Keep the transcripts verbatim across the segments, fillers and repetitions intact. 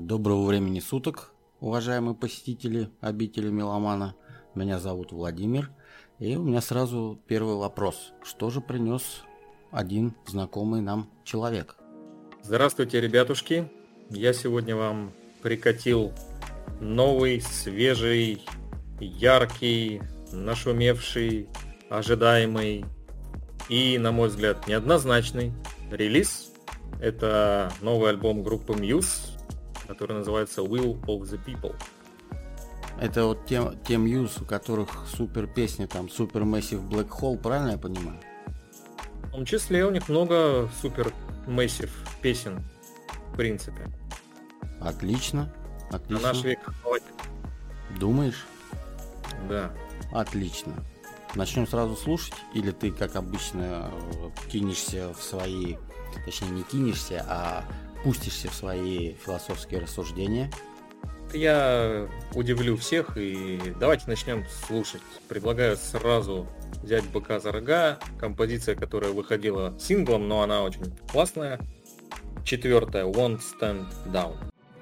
Доброго времени суток, уважаемые посетители обители Меломана. Меня зовут Владимир, и у меня сразу первый вопрос. Что же принес один знакомый нам человек? Здравствуйте, ребятушки. Я сегодня вам прикатил новый, свежий, яркий, нашумевший, ожидаемый и, на мой взгляд, неоднозначный релиз. Это новый альбом группы Muse, который называется Will of the People. Это вот те, те Muse, у которых супер песни, там Supermassive Black Hole, правильно я понимаю? В том числе у них много супер массив песен, в принципе. Отлично, отлично. На наш век хватит. Думаешь? Да. Отлично. Начнем сразу слушать, или ты, как обычно, кинешься в свои, точнее не кинешься, а пустишься в свои философские рассуждения? Я удивлю всех, и давайте начнем слушать. Предлагаю сразу взять быка за рога. Композиция, которая выходила синглом, но она очень классная. Четвертая, Won't Stand Down.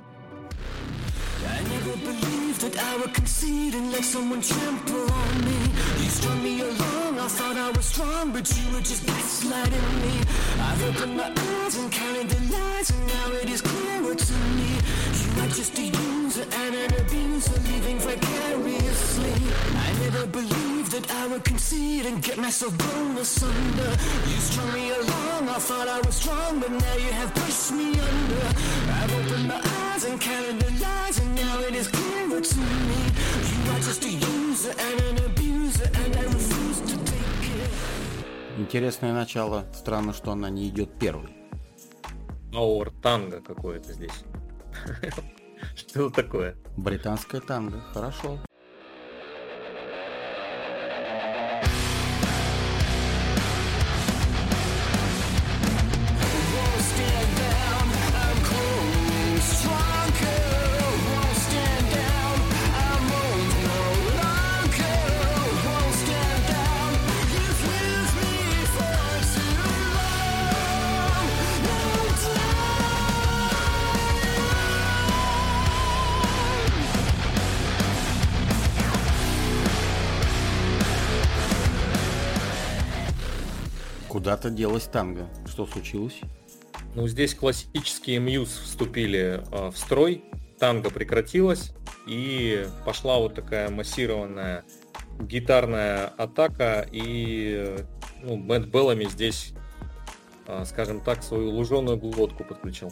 That I would concede and let someone trample on me. You strung me along, I thought I was strong, but you were just backsliding me. I've opened my eyes and counted the lies, and now it is clearer to me. You are just a user and an abuser, living vicariously. I never believed that I would concede and get myself blown asunder. You strung me along, I thought I was strong, but now you have pushed me under. I've opened my eyes and counted the lies, and now it is clearer to me. You are just a user and an abuser, and I refuse to take it. Интересное начало. Странно, что она не идет первой. Ауэр танго какое-то здесь. Что такое? Британская танго. Хорошо. Куда-то делась танго. Что случилось? Ну, здесь классические Muse вступили э, в строй, танго прекратилось, и пошла вот такая массированная гитарная атака, и ну, Мэтт Беллами здесь, э, скажем так, свою луженую глотку подключил.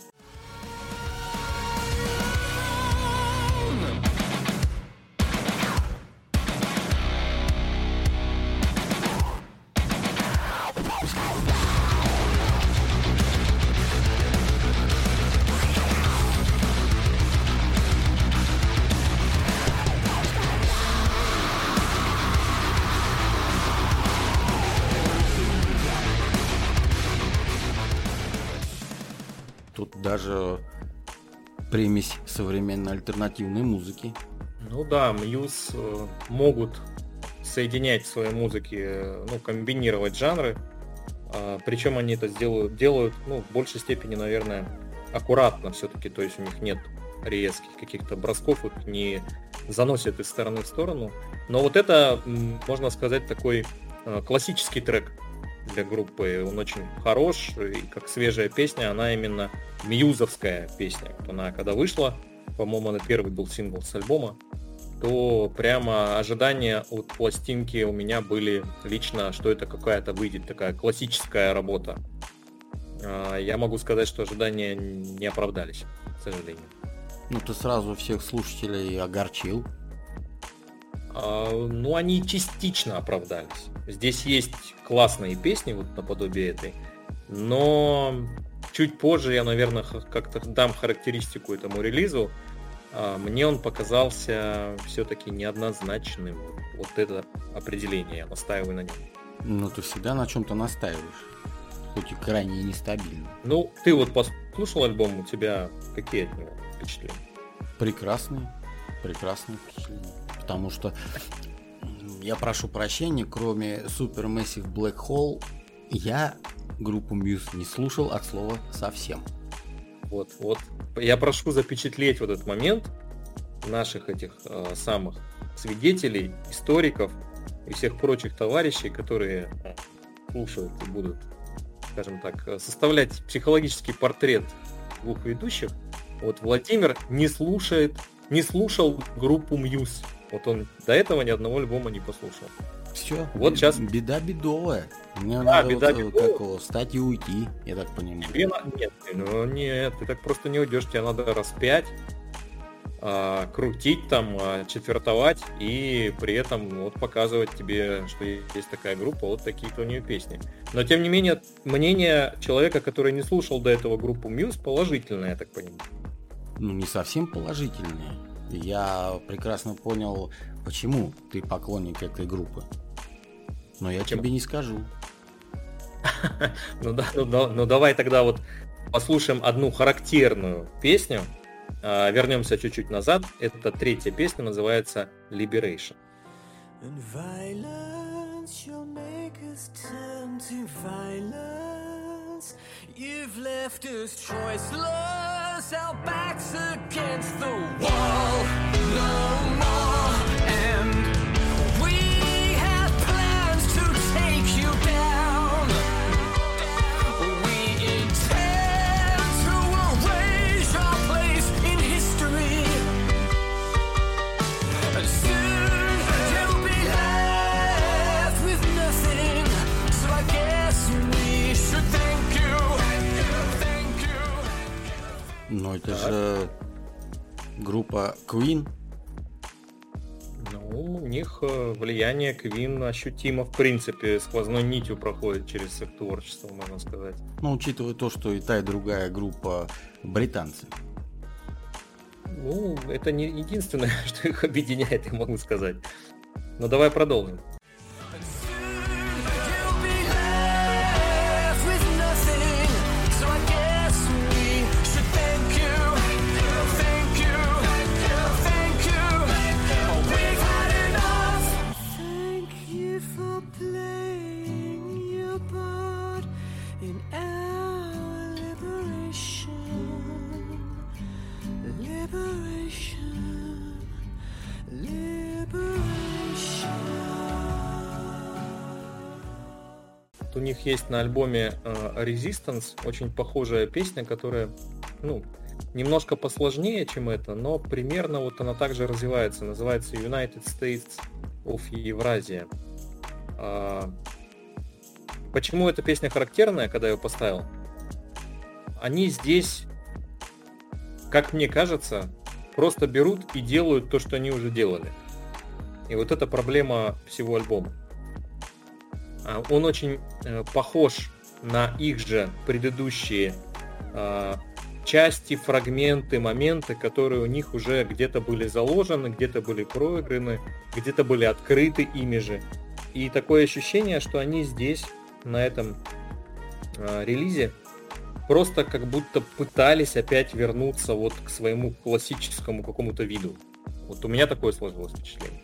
Тут даже примесь современной альтернативной музыки. Ну да, Muse э, могут соединять в своей музыке, э, ну, комбинировать жанры. Э, причем они это сделают, делают, ну, в большей степени, наверное, аккуратно все-таки. То есть у них нет резких каких-то бросков, их не заносят из стороны в сторону. Но вот это, можно сказать, такой э, классический трек для группы. Он очень хорош, и как свежая песня, она именно мьюзовская песня. Она когда вышла, по-моему, она первый был сингл с альбома, то прямо ожидания от пластинки у меня были лично, что это какая-то выйдет такая классическая работа. Я могу сказать, что ожидания не оправдались, к сожалению. Ну, ты сразу всех слушателей огорчил. Ну, они частично оправдались. Здесь есть классные песни, вот наподобие этой, но чуть позже я, наверное, как-то дам характеристику этому релизу. Мне он показался все-таки неоднозначным. Вот это определение, я настаиваю на нем. Ну, ты всегда на чем-то настаиваешь, хоть и крайне нестабильно. Ну, ты вот послушал альбом, у тебя какие от него впечатления? Прекрасные, прекрасные впечатления. Потому что, я прошу прощения, кроме Supermassive Black Hole, я группу Muse не слушал от слова совсем. Вот, вот. Я прошу запечатлеть вот этот момент наших этих э, самых свидетелей, историков и всех прочих товарищей, которые э, слушают и будут, скажем так, составлять психологический портрет двух ведущих. Вот Владимир не слушает, не слушал группу Muse. Вот он до этого ни одного альбома не послушал. Все, вот б- сейчас беда бедовая. Мне да, надо беда вот, бедовая. Как его, встать и уйти, я так понимаю. Тебе на... Нет, ну нет, ты так просто не уйдешь, тебе надо раз пять а, крутить там, а, четвертовать и при этом вот показывать тебе, что есть такая группа, вот такие-то у нее песни. Но тем не менее, мнение человека, который не слушал до этого группу Muse, положительное, я так понимаю. Ну, не совсем положительное. Я прекрасно понял, почему ты поклонник этой группы. Но я Почему? тебе не скажу. Ну да, ну, да, ну давай тогда вот послушаем одну характерную песню. А, вернемся чуть-чуть назад. Это третья песня, называется Liberation. And violence shall make us turn to violence. You've left us choiceless, our backs against the wall. No more. And we have plans to take you down. We intend to erase our place in history. And soon you'll be left with nothing. So I guess we should thank you. Thank you. Но это же группа Queen. Ну, у них э, влияние Queen ощутимо, в принципе, сквозной нитью проходит через их творчество, можно сказать. Ну, учитывая то, что и та, и другая группа британцы. Ну, это не единственное, что их объединяет, я могу сказать. Но давай продолжим. And soon you'll be left with nothing. So I guess we should thank you. Thank you. Thank you. Oh, we've had enough. Thank you for playing your part in our liberation. Liberation. Liberation. У них есть на альбоме э, Resistance очень похожая песня, которая, ну, немножко посложнее, чем это, но примерно вот она также развивается. Называется United States of Евразия. А, почему эта песня характерная, когда я ее поставил? Они здесь, как мне кажется, просто берут и делают то, что они уже делали. И вот это проблема всего альбома. Он очень э, похож на их же предыдущие э, части, фрагменты, моменты, которые у них уже где-то были заложены, где-то были проиграны, где-то были открыты ими же. И такое ощущение, что они здесь, на этом э, релизе, просто как будто пытались опять вернуться вот к своему классическому какому-то виду. Вот у меня такое сложилось впечатление.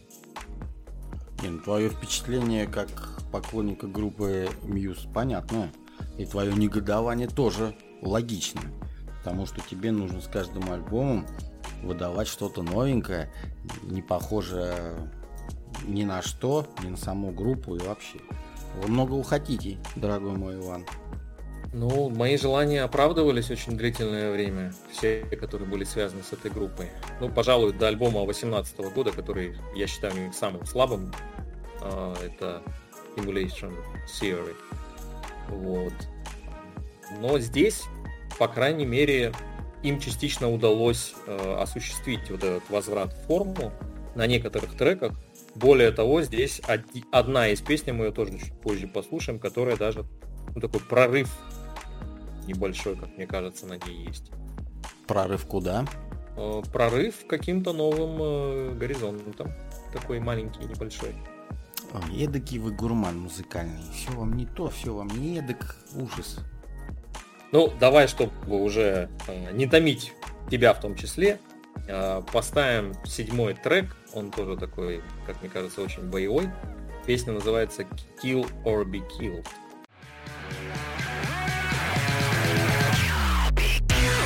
Не, ну, твое впечатление как поклонника группы Muse понятно. И твое негодование тоже логично. Потому что тебе нужно с каждым альбомом выдавать что-то новенькое, не похожее ни на что, ни на саму группу и вообще. Вы многого хотите, дорогой мой Иван. Ну, мои желания оправдывались очень длительное время, все, которые были связаны с этой группой. Ну, пожалуй, до альбома восемнадцатого года, который я считаю самым слабым, это Emulation Theory. Вот. Но здесь, по крайней мере, им частично удалось осуществить вот этот возврат в форму на некоторых треках. Более того, здесь одна из песен, мы ее тоже чуть позже послушаем, которая даже, ну, такой прорыв небольшой, как мне кажется, на ней есть. Прорыв куда? Э, прорыв к каким-то новым э, горизонтам. Такой маленький, небольшой. Ой, эдакий вы гурман музыкальный. Все вам не то, все вам не эдак. Ужас. Ну, давай, чтобы уже э, не томить тебя в том числе, э, поставим седьмой трек. Он тоже такой, как мне кажется, очень боевой. Песня называется Kill or Be Killed.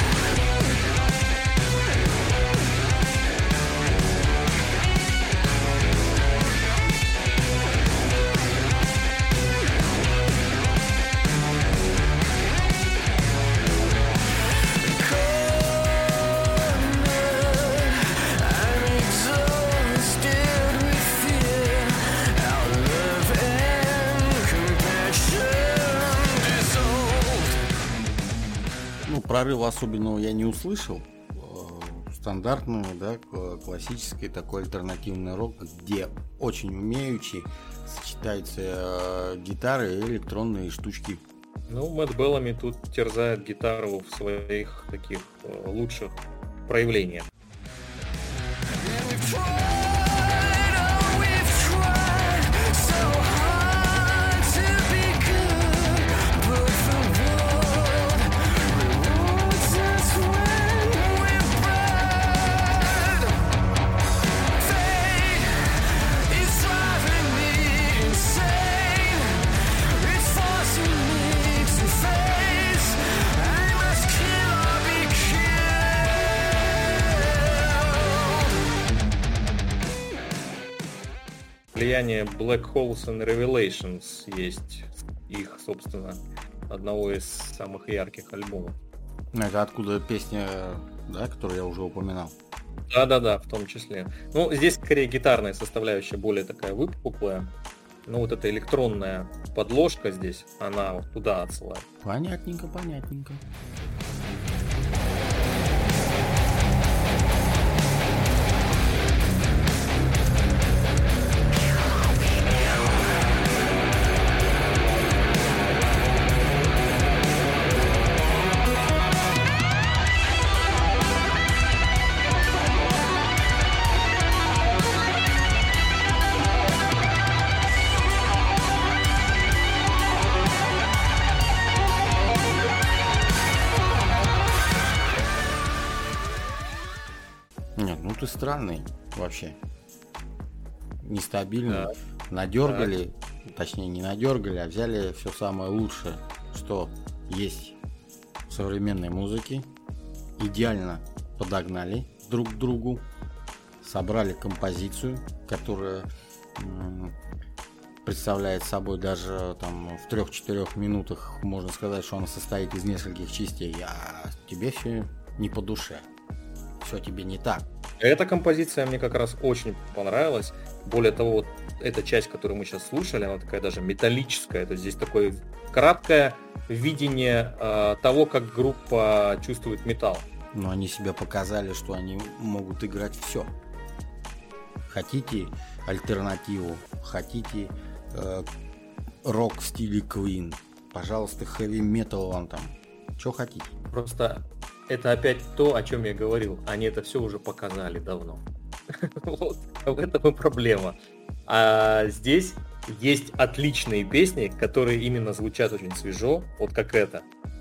прорыва особенного я не услышал. Стандартный, да, классический такой альтернативный рок, где очень умеючи сочетаются гитары и электронные штучки. Ну, Мэтт Беллами тут терзает гитару в своих таких лучших проявлениях. Влияние Black Holes and Revelations есть, их, собственно, одного из самых ярких альбомов. Это откуда песня, да, которую я уже упоминал? Да-да-да, в том числе. Ну, здесь скорее гитарная составляющая более такая выпуклая. Ну, вот эта электронная подложка здесь, она вот туда отсылает. Понятненько, понятненько. Нет, ну ты странный вообще. Нестабильный. Да. Надергали, так. Точнее не надергали, а взяли все самое лучшее, что есть в современной музыке. Идеально подогнали друг к другу. Собрали композицию, которая м- представляет собой даже там в трех-четырех минутах, можно сказать, что она состоит из нескольких частей, а тебе все не по душе. Все тебе не так. Эта композиция мне как раз очень понравилась. Более того, вот эта часть, которую мы сейчас слушали, она такая даже металлическая. То есть здесь такое краткое видение э, того, как группа чувствует металл. Но они себя показали, что они могут играть все. Хотите альтернативу, хотите э, рок в стиле Queen, пожалуйста, хэви-метал вам там. Что хотите. Просто это опять то, о чем я говорил. Они это все уже показали давно. Вот в этом и проблема. А здесь есть отличные песни, которые именно звучат очень свежо, вот как это.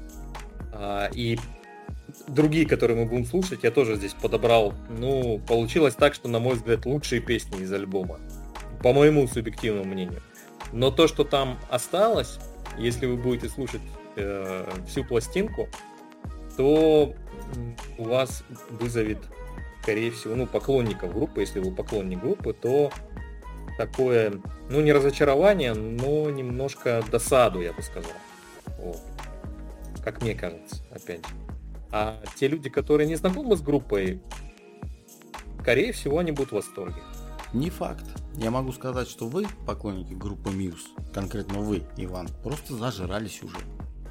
И другие, которые мы будем слушать, я тоже здесь подобрал. Ну, получилось так, что, на мой взгляд, лучшие песни из альбома. По моему субъективному мнению. Но то, что там осталось, если вы будете слушать э, всю пластинку, то у вас вызовет, скорее всего, ну, поклонников группы, если вы поклонник группы, то такое, ну, не разочарование, но немножко досаду, я бы сказал. Вот. Как мне кажется, опять же. А те люди, которые не знакомы с группой, скорее всего, они будут в восторге. Не факт. Я могу сказать, что вы, поклонники группы Muse, конкретно вы, Иван, просто зажрались уже.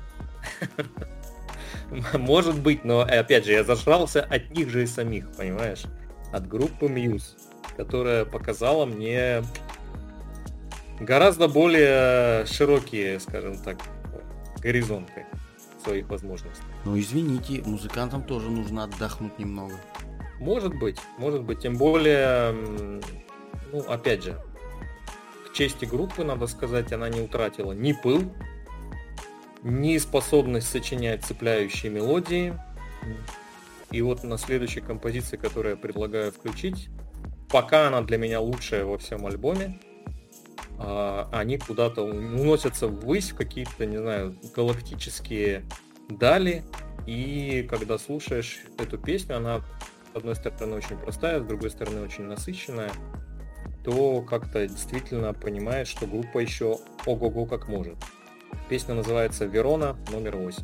Может быть, но опять же, я зажрался от них же и самих, понимаешь? От группы Muse, которая показала мне гораздо более широкие, скажем так, горизонты своих возможностей. Ну извините, музыкантам тоже нужно отдохнуть немного. Может быть, может быть, тем более, ну, опять же, к чести группы, надо сказать, она не утратила ни пыл, ни способность сочинять цепляющие мелодии. И вот на следующей композиции, которую я предлагаю включить, пока она для меня лучшая во всем альбоме, они куда-то уносятся ввысь, в какие-то, не знаю, галактические дали. И когда слушаешь эту песню, она, с одной стороны, очень простая, с другой стороны, очень насыщенная, то как-то действительно понимаешь, что группа еще ого-го как может. Песня называется «Верона» номер восемь.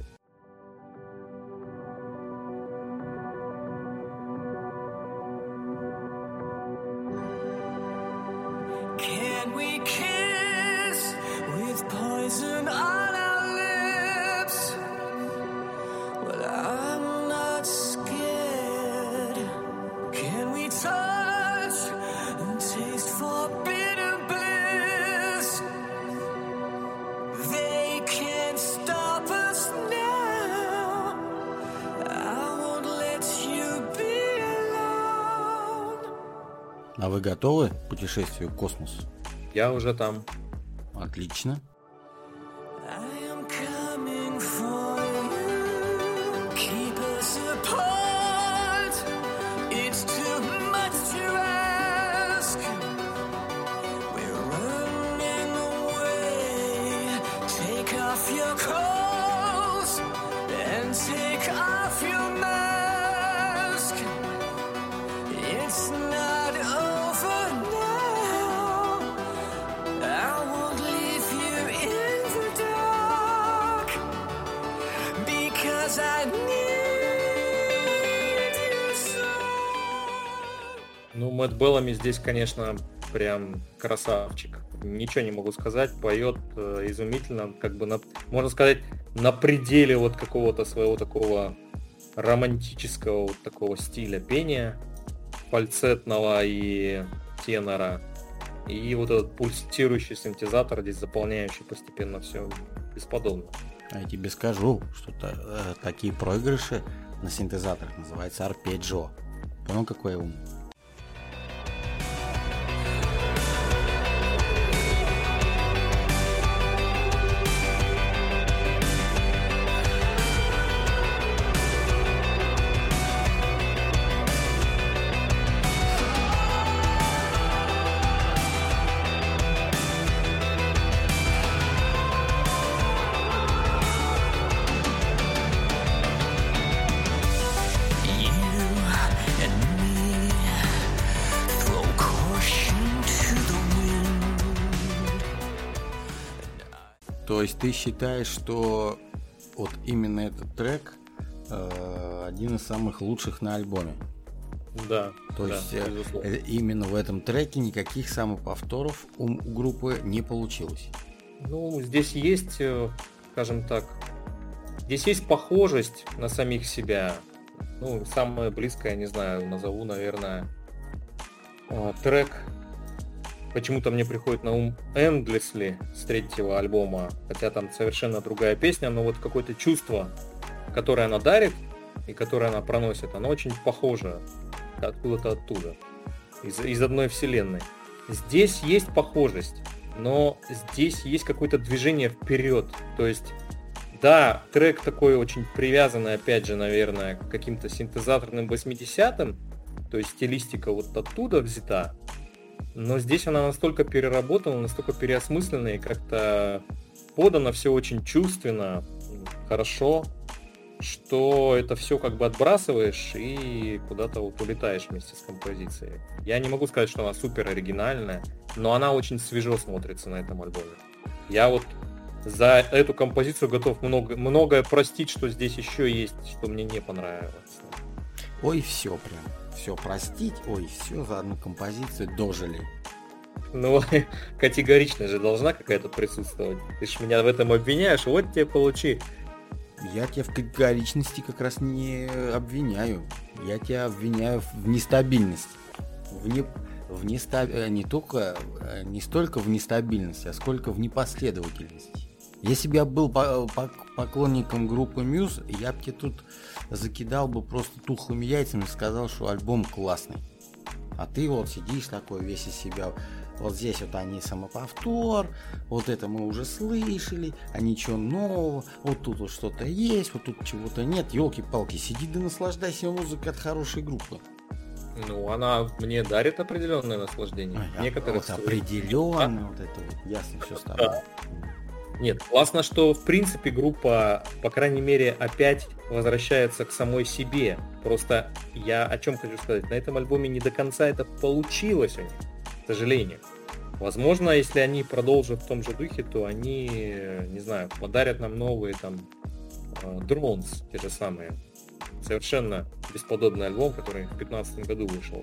Poison on our lips. Well, I'm А вы готовы к путешествию в космос? Я уже там. Отлично. Ну, Мэтт Беллами здесь, конечно, прям красавчик. Ничего не могу сказать, поет э, изумительно, как бы, на, можно сказать, на пределе вот какого-то своего такого романтического вот такого стиля пения, фальцетного и тенора. И вот этот пульсирующий синтезатор здесь заполняющий постепенно все, бесподобно. А я тебе скажу, что э, такие проигрыши на синтезаторах называются арпеджио. Понял, какой я умный? То есть ты считаешь, что вот именно этот трек э, один из самых лучших на альбоме? Да. То да, есть э, именно в этом треке никаких самоповторов у, у группы не получилось? Ну, здесь есть, скажем так, здесь есть похожесть на самих себя. Ну, самое близкое, не знаю, назову, наверное, трек. Почему-то мне приходит на ум Endlessly с третьего альбома, хотя там совершенно другая песня, но вот какое-то чувство, которое она дарит и которое она проносит, оно очень похоже откуда-то оттуда, из, из одной вселенной. Здесь есть похожесть, но здесь есть какое-то движение вперед, то есть, да, трек такой очень привязанный, опять же, наверное, к каким-то синтезаторным восьмидесятым, то есть стилистика вот оттуда взята. Но здесь она настолько переработана, настолько переосмыслена и как-то подано все очень чувственно, хорошо, что это все как бы отбрасываешь и куда-то вот улетаешь вместе с композицией. Я не могу сказать, что она супер оригинальная, но она очень свежо смотрится на этом альбоме. Я вот за эту композицию готов много, многое простить, что здесь еще есть, что мне не понравилось. Ой, все прям. Все простить, ой, все за одну композицию дожили. Ну, категорично же должна какая-то присутствовать. Ты ж меня в этом обвиняешь, вот тебе получи. Я тебя в категоричности как раз не обвиняю. Я тебя обвиняю в нестабильности. В не, в нестаб... не только, не столько в нестабильности, а сколько в непоследовательности. Если бы я был поклонником группы Muse, я бы тебе тут закидал бы просто тухлыми яйцами и сказал, что альбом классный. А ты вот сидишь такой весь из себя. Вот здесь вот они самоповтор, вот это мы уже слышали, а ничего нового, вот тут вот что-то есть, вот тут чего-то нет. Ёлки-палки, сиди да наслаждайся музыкой от хорошей группы. Ну, она мне дарит определенное наслаждение. А, Некоторых вот определенно, а? Вот это вот, ясно все с тобой. Да. Нет, классно, что в принципе группа, по крайней мере, опять возвращается к самой себе. Просто я о чем хочу сказать, на этом альбоме не до конца это получилось у них, к сожалению. Возможно, если они продолжат в том же духе, то они, не знаю, подарят нам новые там Drones, те же самые. Совершенно бесподобный альбом, который в две тысячи пятнадцатом году вышел.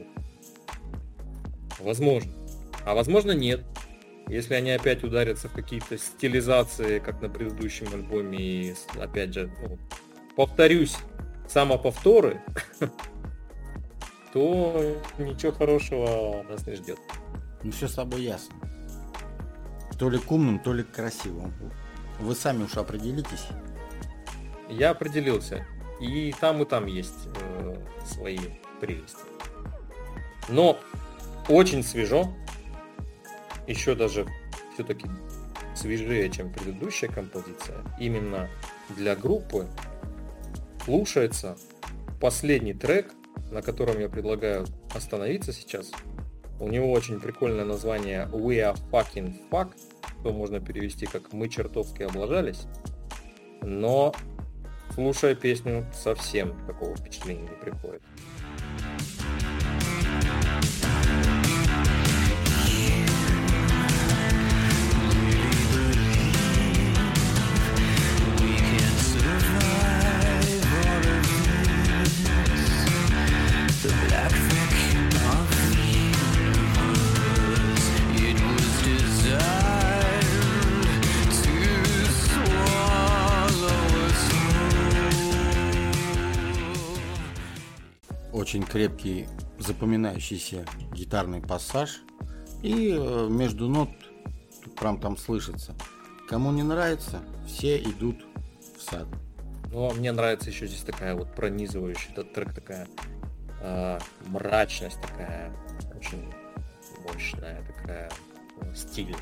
Возможно. А возможно нет. Если они опять ударятся в какие-то стилизации, как на предыдущем альбоме, и опять же, ну, повторюсь, самоповторы, то ничего хорошего нас не ждет. Ну все с тобой ясно. То ли к умным, то ли к красивым. Вы сами уж определитесь. Я определился. И там, и там есть э, свои прелести. Но очень свежо, еще даже все-таки свежее, чем предыдущая композиция. Именно для группы слушается последний трек, на котором я предлагаю остановиться сейчас. У него очень прикольное название We Are Fucking Fuck, что можно перевести как «Мы чертовски облажались». Но, слушая песню, совсем такого впечатления не приходит. Очень крепкий, запоминающийся гитарный пассаж. И между нот прям там слышится. Кому не нравится, все идут в сад. Но мне нравится еще здесь такая вот пронизывающая, этот трек такая э, мрачность такая, очень мощная, такая э, стильная.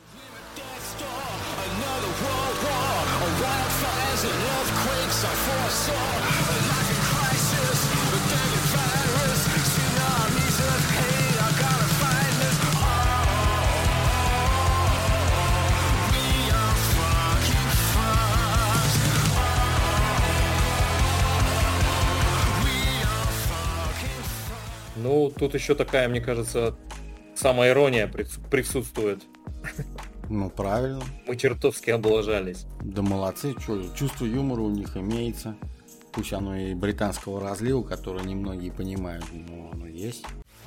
Ну, тут еще такая, мне кажется, самоирония присутствует. Ну, правильно. Мы чертовски облажались. Да молодцы, что, чувство юмора у них имеется. Пусть оно и британского разлива, который немногие понимают, но оно есть.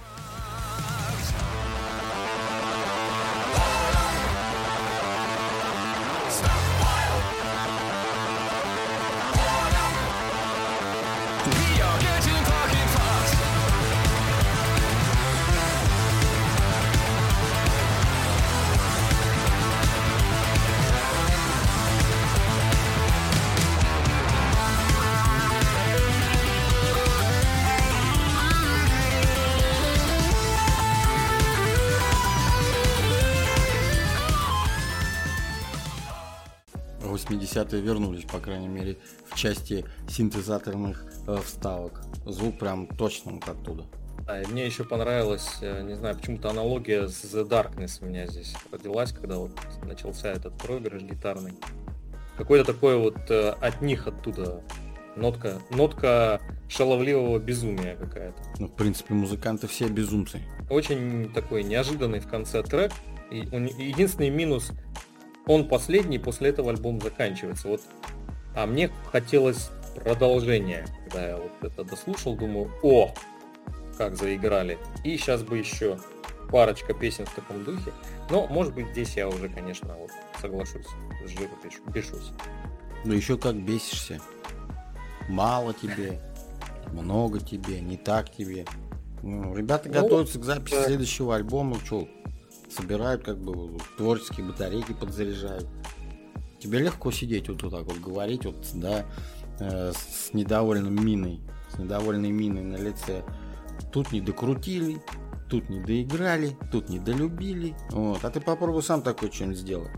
восьмидесятые вернулись, по крайней мере, в части синтезаторных э, вставок. Звук прям точно вот оттуда. А, мне еще понравилось, не знаю, почему-то аналогия с The Darkness у меня здесь родилась, когда вот начался этот проигрыш гитарный. Какой-то такой вот э, от них оттуда нотка, нотка шаловливого безумия какая-то. Ну, в принципе, музыканты все безумцы. Очень такой неожиданный в конце трек. И он, единственный минус, он последний, после этого альбом заканчивается. Вот. А мне хотелось продолжения. Когда я вот это дослушал, думаю, о, как заиграли. И сейчас бы еще парочка песен в таком духе. Но, может быть, здесь я уже, конечно, вот соглашусь. С жиру бешусь. Ну еще как бесишься. Мало тебе, много тебе, не так тебе. Ну, ребята ну, готовятся к записи да. следующего альбома. Что, собирают как бы творческие батарейки, подзаряжают. Тебе легко сидеть вот, вот так вот говорить, вот, да, э, с недовольным миной, с недовольной миной на лице. Тут не докрутили, тут не доиграли, тут не долюбили. Вот. А ты попробуй сам такой что-нибудь сделать.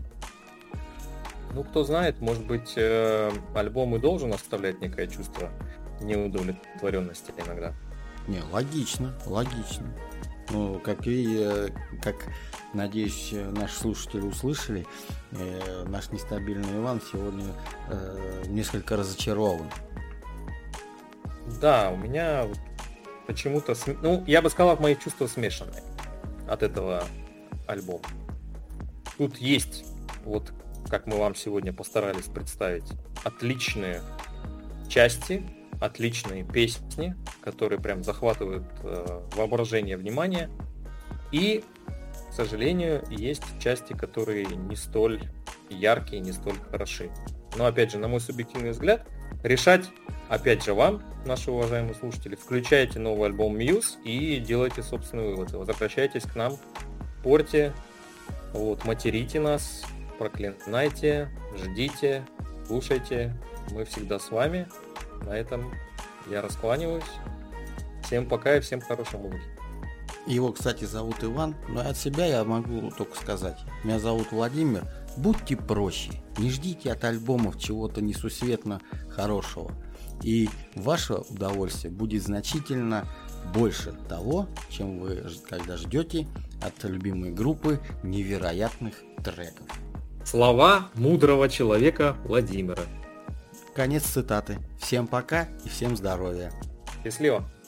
Ну, кто знает, может быть, э, альбом и должен оставлять некое чувство неудовлетворенности иногда. Не, логично, логично. Ну, как и, как, надеюсь, наши слушатели услышали, э, наш нестабильный Иван сегодня э, несколько разочарован. Да, у меня почему-то, ну, я бы сказал, мои чувства смешанные от этого альбома. Тут есть, вот, как мы вам сегодня постарались представить, отличные части, отличные песни, которые прям захватывают э, воображение, внимание. И, к сожалению, есть части, которые не столь яркие, не столь хороши. Но, опять же, на мой субъективный взгляд, решать, опять же, вам, наши уважаемые слушатели. Включайте новый альбом Muse и делайте собственные выводы. Возвращайтесь к нам, порте, вот, материте нас, проклинайте, ждите, слушайте. Мы всегда с вами. На этом я раскланиваюсь. Всем пока и всем хорошей музыки. Его, кстати, зовут Иван, но от себя я могу только сказать. Меня зовут Владимир. Будьте проще, не ждите от альбомов чего-то несусветно хорошего. И ваше удовольствие будет значительно больше того, чем вы когда ждете от любимой группы невероятных треков. Слова мудрого человека Владимира. Конец цитаты. Всем пока и всем здоровья. Счастливо.